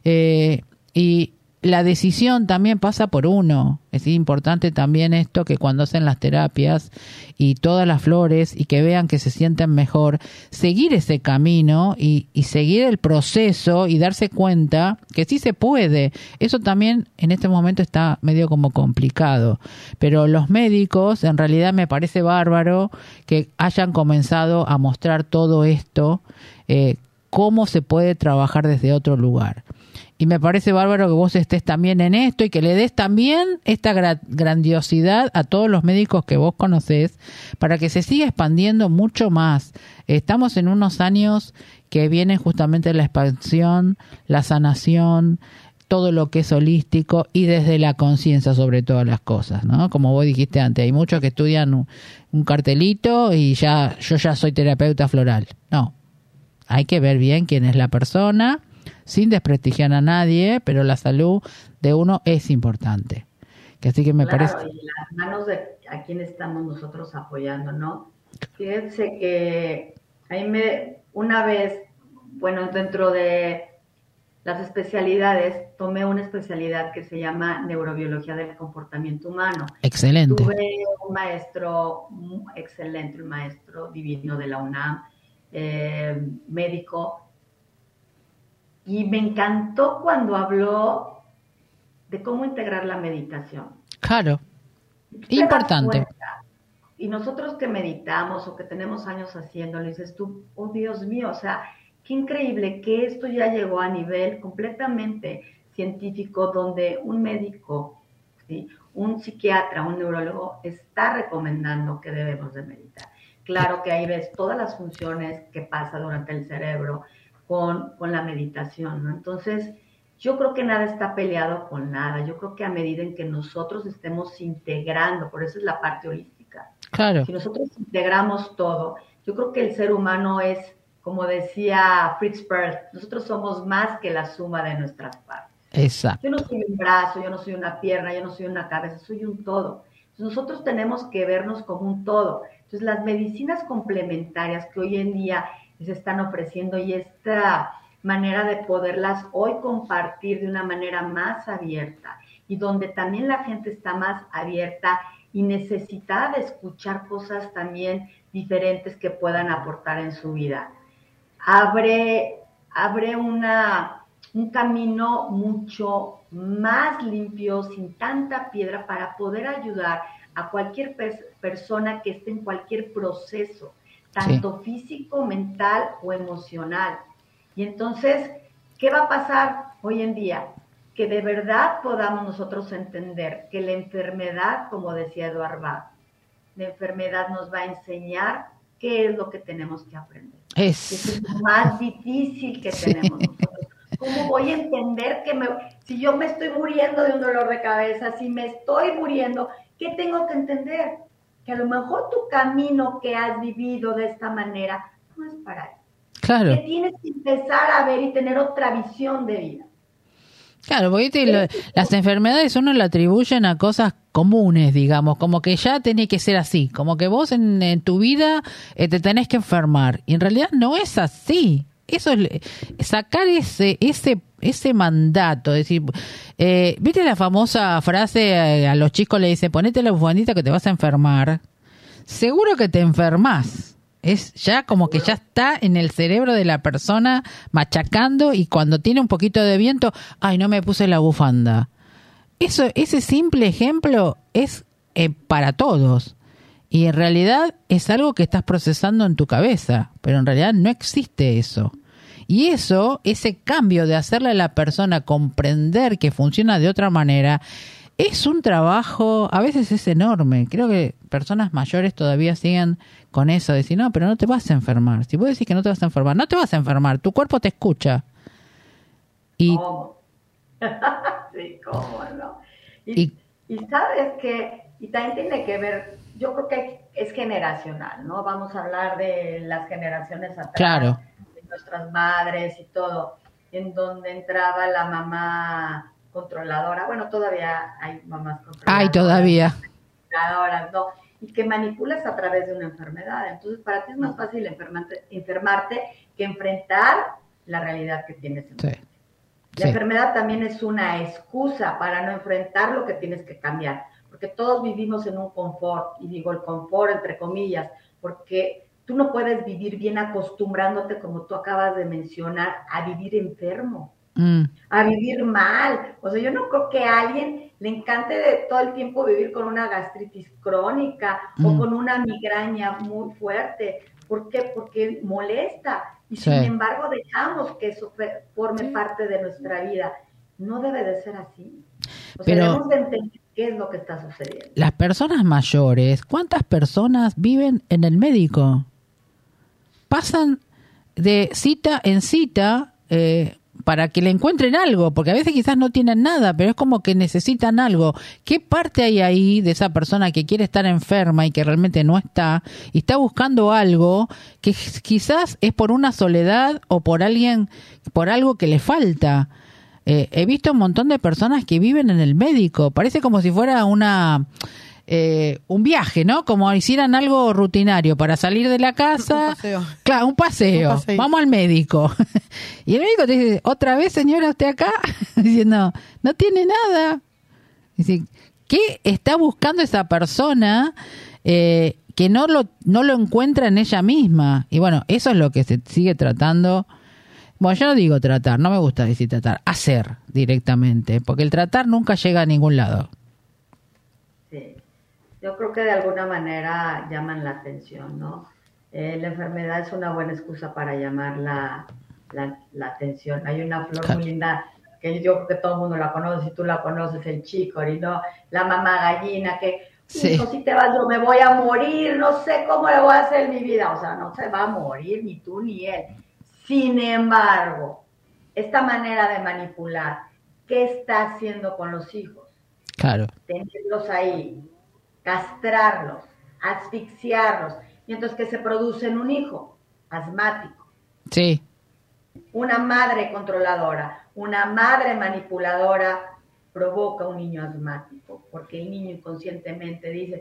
y la decisión también pasa por uno. Es importante también esto, que cuando hacen las terapias y todas las flores y que vean que se sienten mejor, seguir ese camino y seguir el proceso y darse cuenta que sí se puede. Eso también en este momento está medio como complicado, pero los médicos, en realidad me parece bárbaro que hayan comenzado a mostrar todo esto, cómo se puede trabajar desde otro lugar. Y me parece bárbaro que vos estés también en esto y que le des también esta grandiosidad a todos los médicos que vos conocés para que se siga expandiendo mucho más. Estamos en unos años que viene justamente la expansión, la sanación, todo lo que es holístico y desde la conciencia sobre todas las cosas, ¿no? Como vos dijiste antes, hay muchos que estudian un cartelito y yo ya soy terapeuta floral. No, hay que ver bien quién es la persona, sin desprestigiar a nadie, pero la salud de uno es importante. Que así que me Claro, parece... y las manos de a quién estamos nosotros apoyando, ¿no? Fíjense que una vez, bueno, dentro de las especialidades, tomé una especialidad que se llama Neurobiología del Comportamiento Humano. Excelente. Tuve un maestro excelente, un maestro divino de la UNAM, médico, y me encantó cuando habló de cómo integrar la meditación. Claro, importante. Y nosotros que meditamos o que tenemos años haciéndolo, dices tú, oh Dios mío, o sea, qué increíble que esto ya llegó a nivel completamente científico, donde un médico, ¿sí?, un psiquiatra, un neurólogo está recomendando que debemos de meditar. Claro que ahí ves todas las funciones que pasa durante el cerebro con la meditación, ¿no? Entonces, yo creo que nada está peleado con nada. Yo creo que a medida en que nosotros estemos integrando, por eso es la parte holística. Claro. Si nosotros integramos todo, yo creo que el ser humano es, como decía Fritz Perls, nosotros somos más que la suma de nuestras partes. Exacto. Yo no soy un brazo, yo no soy una pierna, yo no soy una cabeza, soy un todo. Entonces, nosotros tenemos que vernos como un todo. Entonces, las medicinas complementarias que hoy en día se están ofreciendo y esta manera de poderlas hoy compartir de una manera más abierta y donde también la gente está más abierta y necesitada de escuchar cosas también diferentes que puedan aportar en su vida. Abre un camino mucho más limpio, sin tanta piedra, para poder ayudar a cualquier persona que esté en cualquier proceso, tanto físico, mental o emocional. Y entonces, ¿qué va a pasar hoy en día? Que de verdad podamos nosotros entender que la enfermedad, como decía Eduard Bach, la enfermedad nos va a enseñar qué es lo que tenemos que aprender. Es lo más difícil que tenemos nosotros. ¿Cómo voy a entender si yo me estoy muriendo de un dolor de cabeza, si me estoy muriendo, qué tengo que entender? Que a lo mejor tu camino que has vivido de esta manera no es para él. Claro. Que tienes que empezar a ver y tener otra visión de vida. Claro, porque las enfermedades uno le atribuyen a cosas comunes, digamos, como que ya tiene que ser así, como que vos en tu vida te tenés que enfermar, y en realidad no es así. Eso es sacar ese mandato, decir, ¿viste la famosa frase a los chicos le dice, ponete la bufanita que te vas a enfermar? Seguro que te enfermas. Es ya como que ya está en el cerebro de la persona machacando, y cuando tiene un poquito de viento, ay, no me puse la bufanda. Ese simple ejemplo es para todos. Y en realidad es algo que estás procesando en tu cabeza, pero en realidad no existe eso. Y ese cambio de hacerle a la persona comprender que funciona de otra manera, es un trabajo, a veces es enorme. Creo que personas mayores todavía siguen con eso, de decir, no, pero no te vas a enfermar. Si vos decís que no te vas a enfermar, no te vas a enfermar, tu cuerpo te escucha. ¿Cómo? Sí, cómo no. Y sabes que, y también tiene que ver, yo creo que es generacional, ¿no? Vamos a hablar de las generaciones atrás, claro, de nuestras madres y todo, en donde entraba la mamá controladora. Bueno, todavía hay mamás controladoras. Hay todavía. ¿No? y que manipulas a través de una enfermedad. Entonces, para ti es más fácil enfermarte que enfrentar la realidad que tienes enfrente. La enfermedad también es una excusa para no enfrentar lo que tienes que cambiar, porque todos vivimos en un confort, y digo el confort entre comillas, porque tú no puedes vivir bien acostumbrándote, como tú acabas de mencionar, a vivir enfermo, a vivir mal. O sea, yo no creo que a alguien le encante de todo el tiempo vivir con una gastritis crónica o con una migraña muy fuerte. ¿Por qué? Porque molesta. Y sin embargo dejamos que eso forme parte de nuestra vida. No debe de ser así. O sea, debemos de entender qué es lo que está sucediendo. Las personas mayores, ¿cuántas personas viven en el médico? Pasan de cita en cita para que le encuentren algo, porque a veces quizás no tienen nada, pero es como que necesitan algo. ¿Qué parte hay ahí de esa persona que quiere estar enferma y que realmente no está, y está buscando algo que quizás es por una soledad o por alguien, por algo que le falta? He visto un montón de personas que viven en el médico, parece como si fuera un viaje, ¿no? Como hicieran algo rutinario para salir de la casa. Un paseo. Vamos al médico. Y el médico te dice, ¿otra vez, señora, usted acá? Diciendo, no tiene nada. Dice, ¿qué está buscando esa persona que no lo encuentra en ella misma? Y bueno, eso es lo que se sigue tratando. Bueno, yo no digo tratar, no me gusta decir tratar, hacer directamente, porque el tratar nunca llega a ningún lado. Sí. Yo creo que de alguna manera llaman la atención, ¿no? La enfermedad es una buena excusa para llamar la atención. Hay una flor muy linda que yo creo que todo el mundo la conoce, si tú la conoces, el chicory, ¿no? La mamá gallina que, hijo, si te vas yo me voy a morir, no sé cómo le voy a hacer en mi vida. O sea, no se va a morir ni tú ni él. Sin embargo, esta manera de manipular, ¿qué está haciendo con los hijos? Claro. Tenerlos ahí, castrarlos, asfixiarlos, y entonces que se produce en un hijo asmático. Sí. Una madre controladora, una madre manipuladora provoca un niño asmático, porque el niño inconscientemente dice,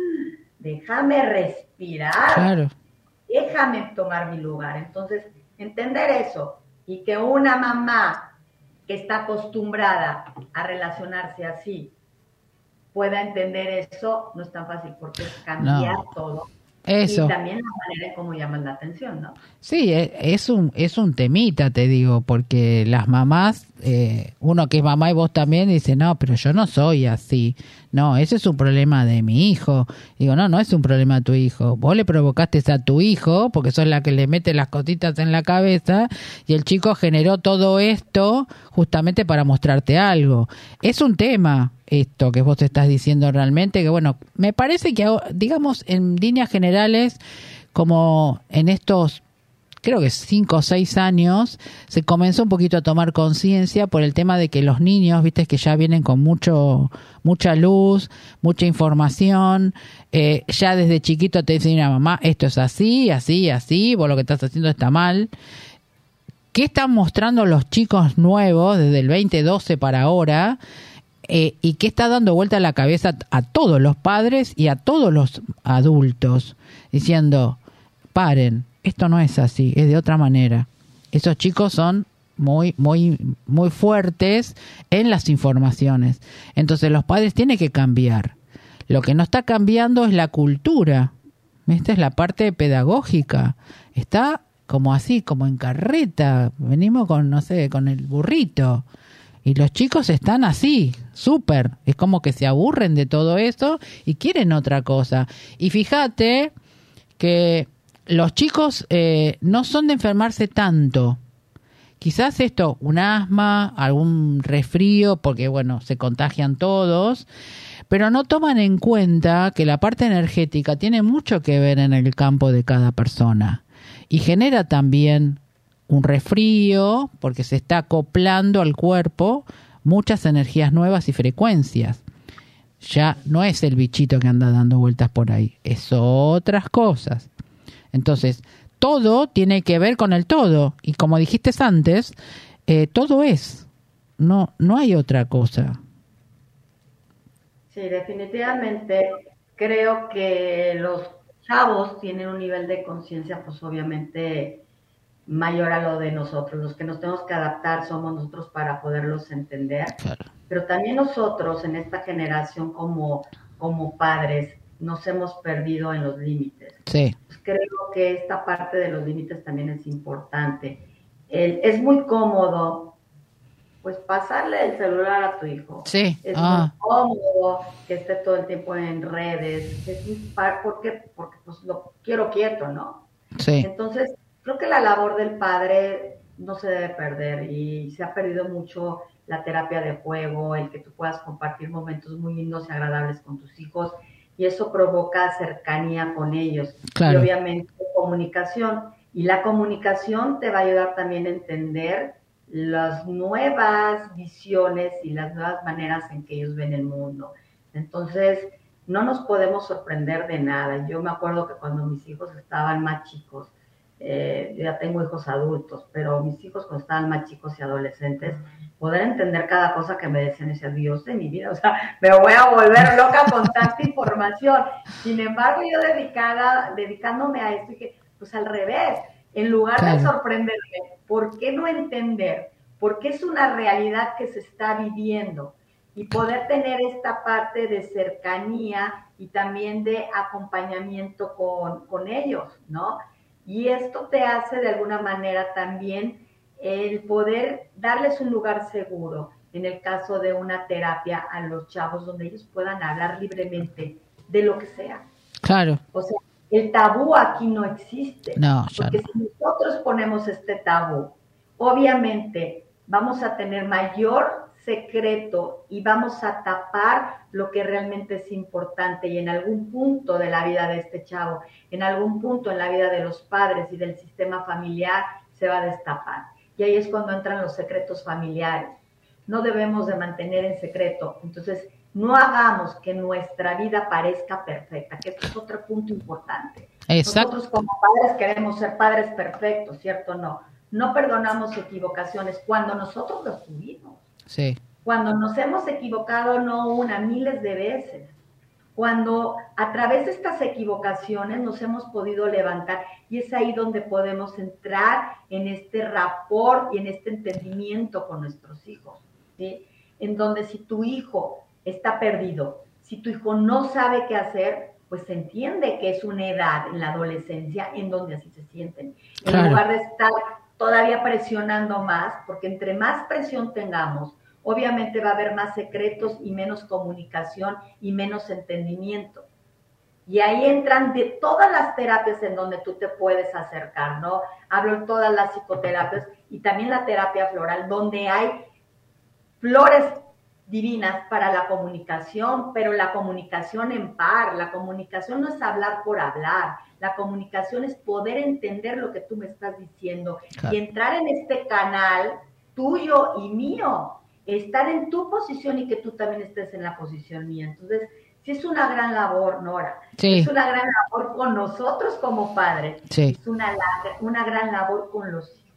déjame respirar, claro, déjame tomar mi lugar. Entonces, entender eso, y que una mamá que está acostumbrada a relacionarse así pueda entender eso, no es tan fácil, porque es cambiar todo. Eso. Y también la manera en cómo llaman la atención, ¿no? Sí, es un temita, te digo, porque las mamás, uno que es mamá y vos también, dice, no, pero yo no soy así. No, ese es un problema de mi hijo. Digo, no es un problema de tu hijo. Vos le provocaste a tu hijo, porque sos la que le mete las cositas en la cabeza, y el chico generó todo esto justamente para mostrarte algo. Es un tema esto que vos estás diciendo realmente, que bueno, me parece que, digamos, en líneas generales, como en estos, creo que 5 o 6 años, se comenzó un poquito a tomar conciencia por el tema de que los niños, viste, que ya vienen con mucha luz, mucha información, ya desde chiquito te dicen, mira, mamá, esto es así, así, así, vos lo que estás haciendo está mal. ¿Qué están mostrando los chicos nuevos desde el 2012 para ahora? Y qué está dando vuelta a la cabeza a todos los padres y a todos los adultos, diciendo, paren, esto no es así, es de otra manera. Esos chicos son muy fuertes en las informaciones. Entonces los padres tienen que cambiar. Lo que no está cambiando es la cultura. Esta es la parte pedagógica. Está como así, como en carreta. Venimos con, no sé, con el burrito. Y los chicos están así, súper. Es como que se aburren de todo eso y quieren otra cosa. Y fíjate que los chicos no son de enfermarse tanto. Quizás esto, un asma, algún resfrío, porque bueno, se contagian todos, pero no toman en cuenta que la parte energética tiene mucho que ver en el campo de cada persona. Y genera también un resfrío, porque se está acoplando al cuerpo muchas energías nuevas y frecuencias. Ya no es el bichito que anda dando vueltas por ahí, es otras cosas. Entonces, todo tiene que ver con el todo. Y como dijiste antes, todo es. No hay otra cosa. Sí, definitivamente creo que los chavos tienen un nivel de conciencia, pues obviamente mayor a lo de nosotros. Los que nos tenemos que adaptar somos nosotros para poderlos entender. Claro. Pero también nosotros en esta generación como padres nos hemos perdido en los límites. Sí. Pues creo que esta parte de los límites también es importante. Es muy cómodo pues pasarle el celular a tu hijo. Sí. Es muy cómodo que esté todo el tiempo en redes. ¿Por qué? Porque pues lo quiero quieto, ¿no? Sí. Entonces, creo que la labor del padre no se debe perder y se ha perdido mucho la terapia de juego, el que tú puedas compartir momentos muy lindos y agradables con tus hijos y eso provoca cercanía con ellos. Claro. Y obviamente comunicación. Y la comunicación te va a ayudar también a entender las nuevas visiones y las nuevas maneras en que ellos ven el mundo. Entonces, no nos podemos sorprender de nada. Yo me acuerdo que cuando mis hijos estaban más chicos, ya tengo hijos adultos, pero mis hijos cuando estaban más chicos y adolescentes, poder entender cada cosa que me decían, decía, Dios de mi vida, o sea, me voy a volver loca con tanta información. Sin embargo, yo dedicándome a esto, dije, pues al revés, en lugar de sorprenderme, ¿por qué no entender? Porque es una realidad que se está viviendo y poder tener esta parte de cercanía y también de acompañamiento con ellos, ¿no? Y esto te hace de alguna manera también el poder darles un lugar seguro, en el caso de una terapia a los chavos, donde ellos puedan hablar libremente de lo que sea. Claro. O sea, el tabú aquí no existe. No, porque si nosotros ponemos este tabú, obviamente vamos a tener mayor secreto y vamos a tapar lo que realmente es importante y en algún punto de la vida de este chavo, en algún punto en la vida de los padres y del sistema familiar se va a destapar. Y ahí es cuando entran los secretos familiares. No debemos de mantener en secreto. Entonces, no hagamos que nuestra vida parezca perfecta, que esto es otro punto importante. Exacto. Nosotros como padres queremos ser padres perfectos, ¿cierto? No perdonamos equivocaciones cuando nosotros los tuvimos. Sí. Cuando nos hemos equivocado no una, miles de veces. Cuando a través de estas equivocaciones nos hemos podido levantar y es ahí donde podemos entrar en este rapport y en este entendimiento con nuestros hijos, ¿sí? En donde si tu hijo está perdido, si tu hijo no sabe qué hacer, pues se entiende que es una edad en la adolescencia en donde así se sienten. Claro. En lugar de estar todavía presionando más, porque entre más presión tengamos, obviamente va a haber más secretos y menos comunicación y menos entendimiento. Y ahí entran de todas las terapias en donde tú te puedes acercar, ¿no? Hablo de todas las psicoterapias y también la terapia floral, donde hay flores divinas para la comunicación, pero la comunicación en par. La comunicación no es hablar por hablar. La comunicación es poder entender lo que tú me estás diciendo y entrar en este canal tuyo y mío. Estar en tu posición y que tú también estés en la posición mía. Entonces, sí es una gran labor, Nora. Sí. Es una gran labor con nosotros como padres. Sí. Es una gran labor con los hijos.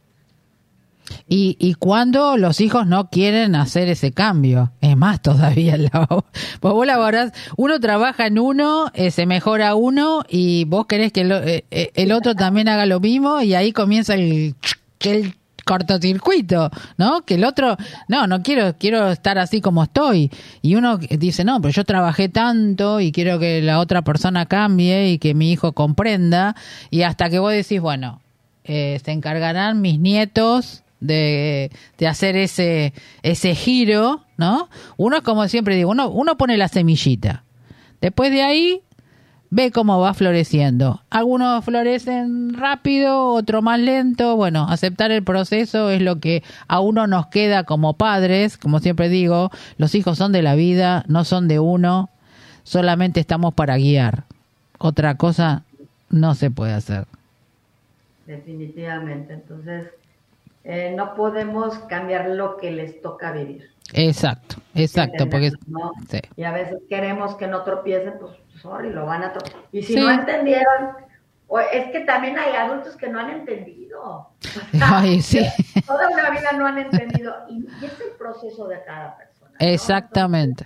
Y cuando los hijos no quieren hacer ese cambio, es más todavía. Pues vos laborás, uno trabaja en uno, se mejora uno y vos querés que el otro también haga lo mismo y ahí comienza el cortocircuito, ¿no? Que el otro, no quiero estar así como estoy. Y uno dice, no, pero yo trabajé tanto y quiero que la otra persona cambie y que mi hijo comprenda. Y hasta que vos decís, bueno, se encargarán mis nietos de hacer ese giro, ¿no? Uno es como siempre digo, uno pone la semillita. Después de ahí ve cómo va floreciendo. Algunos florecen rápido, otro más lento. Bueno, aceptar el proceso es lo que a uno nos queda como padres. Como siempre digo, los hijos son de la vida, no son de uno. Solamente estamos para guiar. Otra cosa no se puede hacer. Definitivamente. Entonces, no podemos cambiar lo que les toca vivir. Exacto, porque ¿no? Sí. Y a veces queremos que no tropiecen, pues sorry, lo van a tropezar. Y si Sí. no entendieron, es que también hay adultos que no han entendido. O sea, Ay, sí. Toda una vida no han entendido y es el proceso de cada persona, ¿no? Exactamente. Entonces,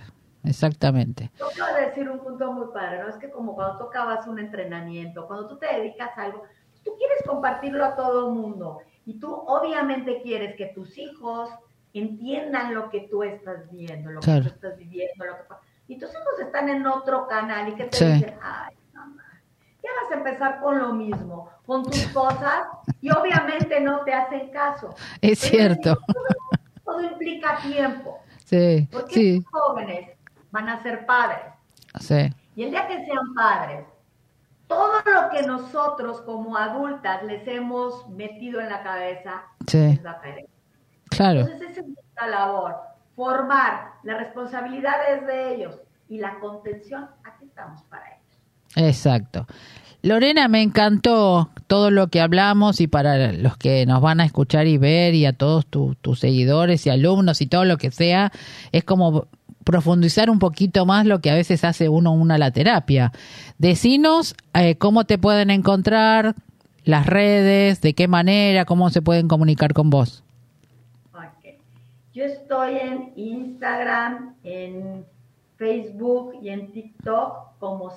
exactamente. Yo quiero decir un punto muy padre, ¿no? Es que como cuando tú acabas un entrenamiento, cuando tú te dedicas a algo, tú quieres compartirlo a todo el mundo y tú obviamente quieres que tus hijos entiendan lo que tú estás viendo, lo que tú estás viviendo, y tus hijos están en otro canal y que te dicen, ay, mamá, ya vas a empezar con lo mismo, con tus cosas, y obviamente no te hacen caso. Es cierto. Todo implica tiempo. Sí, porque los jóvenes van a ser padres. Sí. Y el día que sean padres, todo lo que nosotros como adultas les hemos metido en la cabeza les va a caer. Claro. Entonces esa es nuestra labor, formar, las responsabilidades de ellos y la contención, aquí estamos para ellos. Exacto. Lorena, me encantó todo lo que hablamos, y para los que nos van a escuchar y ver, y a todos tus seguidores y alumnos y todo lo que sea, es como profundizar un poquito más lo que a veces hace uno la terapia. Decinos cómo te pueden encontrar, las redes, de qué manera, cómo se pueden comunicar con vos. Okay. Yo estoy en Instagram, en Facebook y en TikTok como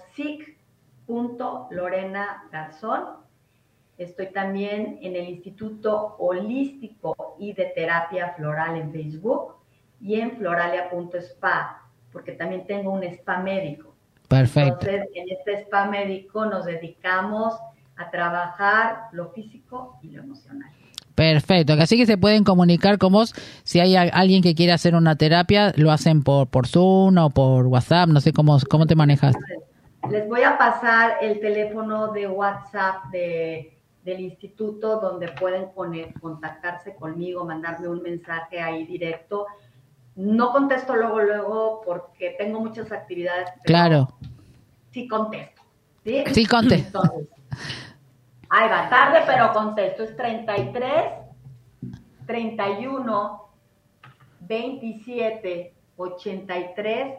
Lorena Garzón. Estoy también en el Instituto Holístico y de Terapia Floral en Facebook y en floralia.spa, porque también tengo un spa médico. Perfecto. Entonces, en este spa médico nos dedicamos a trabajar lo físico y lo emocional. Perfecto, así que se pueden comunicar con vos. Si hay alguien que quiere hacer una terapia, lo hacen por Zoom o por WhatsApp, no sé cómo te manejas. Les voy a pasar el teléfono de WhatsApp del instituto, donde pueden contactarse conmigo, mandarme un mensaje ahí directo. No contesto luego porque tengo muchas actividades. Claro. Sí contesto. ¿Sí? Sí contesto. Entonces, ahí va, tarde pero contesto. Es 33 31 27 83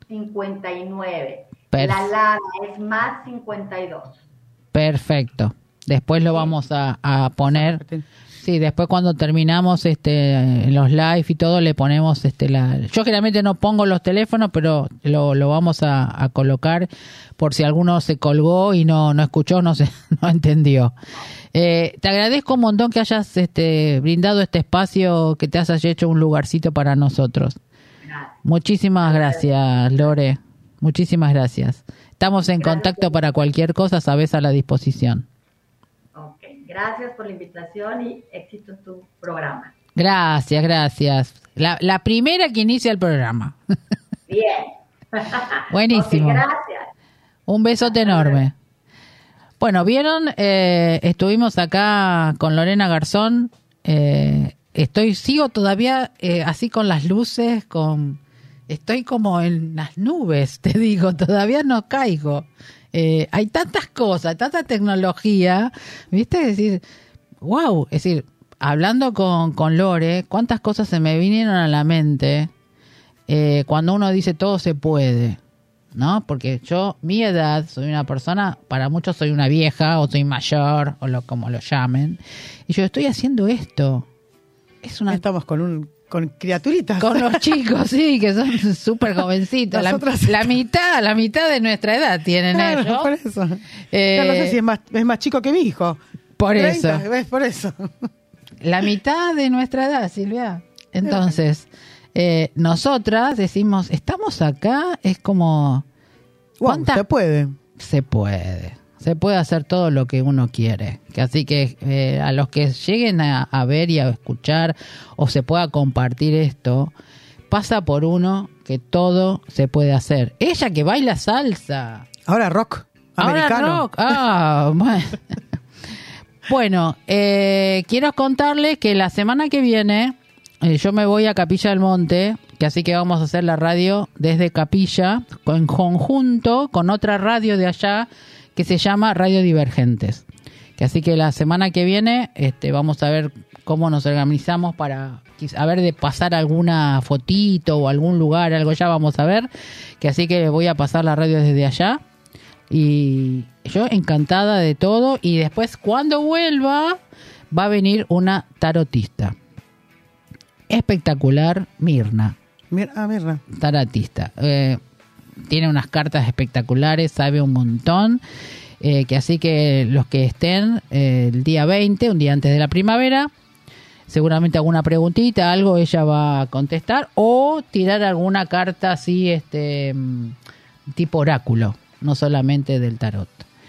59. La LADA es más 52. Perfecto. Después lo vamos a poner. Sí, después cuando terminamos los live y todo le ponemos yo generalmente no pongo los teléfonos, pero lo vamos a colocar por si alguno se colgó y no escuchó, no entendió. Te agradezco un montón que hayas brindado este espacio, que te hayas hecho un lugarcito para nosotros. Gracias. Muchísimas gracias, Lore. Muchísimas gracias. Estamos en contacto para cualquier cosa, sabes, a la disposición. Ok, gracias por la invitación y éxito en tu programa. Gracias. La primera que inicia el programa. Bien. Buenísimo. Okay, gracias. Un besote enorme. Bueno, vieron, estuvimos acá con Lorena Garzón. Sigo todavía así con las luces, estoy como en las nubes, te digo, todavía no caigo. Hay tantas cosas, tanta tecnología, ¿viste? Es decir, wow, es decir, hablando con Lore, cuántas cosas se me vinieron a la mente cuando uno dice todo se puede, ¿no? Porque mi edad, soy una persona, para muchos soy una vieja o soy mayor o como lo llamen, y yo estoy haciendo esto. Estamos con criaturitas. Con los chicos, sí, que son súper jovencitos. La mitad de nuestra edad tienen, claro, ellos. Por eso. No sé si es más chico que mi hijo. Por 30, eso. ¿ves? Por eso. La mitad de nuestra edad, Silvia. Entonces, nosotras decimos, estamos acá, es como... Wow, se puede. Se puede hacer todo lo que uno quiere. Así que a los que lleguen a ver y a escuchar o se pueda compartir esto, pasa por uno que todo se puede hacer. Ella que baila salsa. Ahora rock americano. Bueno. Bueno, quiero contarles que la semana que viene yo me voy a Capilla del Monte, que así que vamos a hacer la radio desde Capilla, en conjunto con otra radio de allá, que se llama Radio Divergentes. Que así que la semana que viene vamos a ver cómo nos organizamos para de pasar alguna fotito o algún lugar, algo ya vamos a ver. Que así que voy a pasar la radio desde allá. Y yo encantada de todo. Y después cuando vuelva va a venir una tarotista. Espectacular, Mirna. Mirna. Tarotista. Tiene unas cartas espectaculares, sabe un montón. Que así que los que estén el día 20, un día antes de la primavera, seguramente alguna preguntita, algo ella va a contestar, o tirar alguna carta así, tipo oráculo, no solamente del tarot.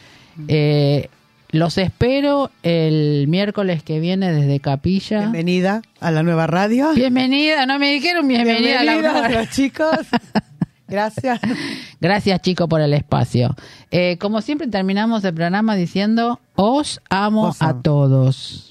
Los espero el miércoles que viene desde Capilla. Bienvenida a la nueva radio. Bienvenida, no me dijeron bienvenida a la nueva radio. Los chicos. Gracias. Gracias, chicos, por el espacio. Como siempre, terminamos el programa diciendo: os amo a todos.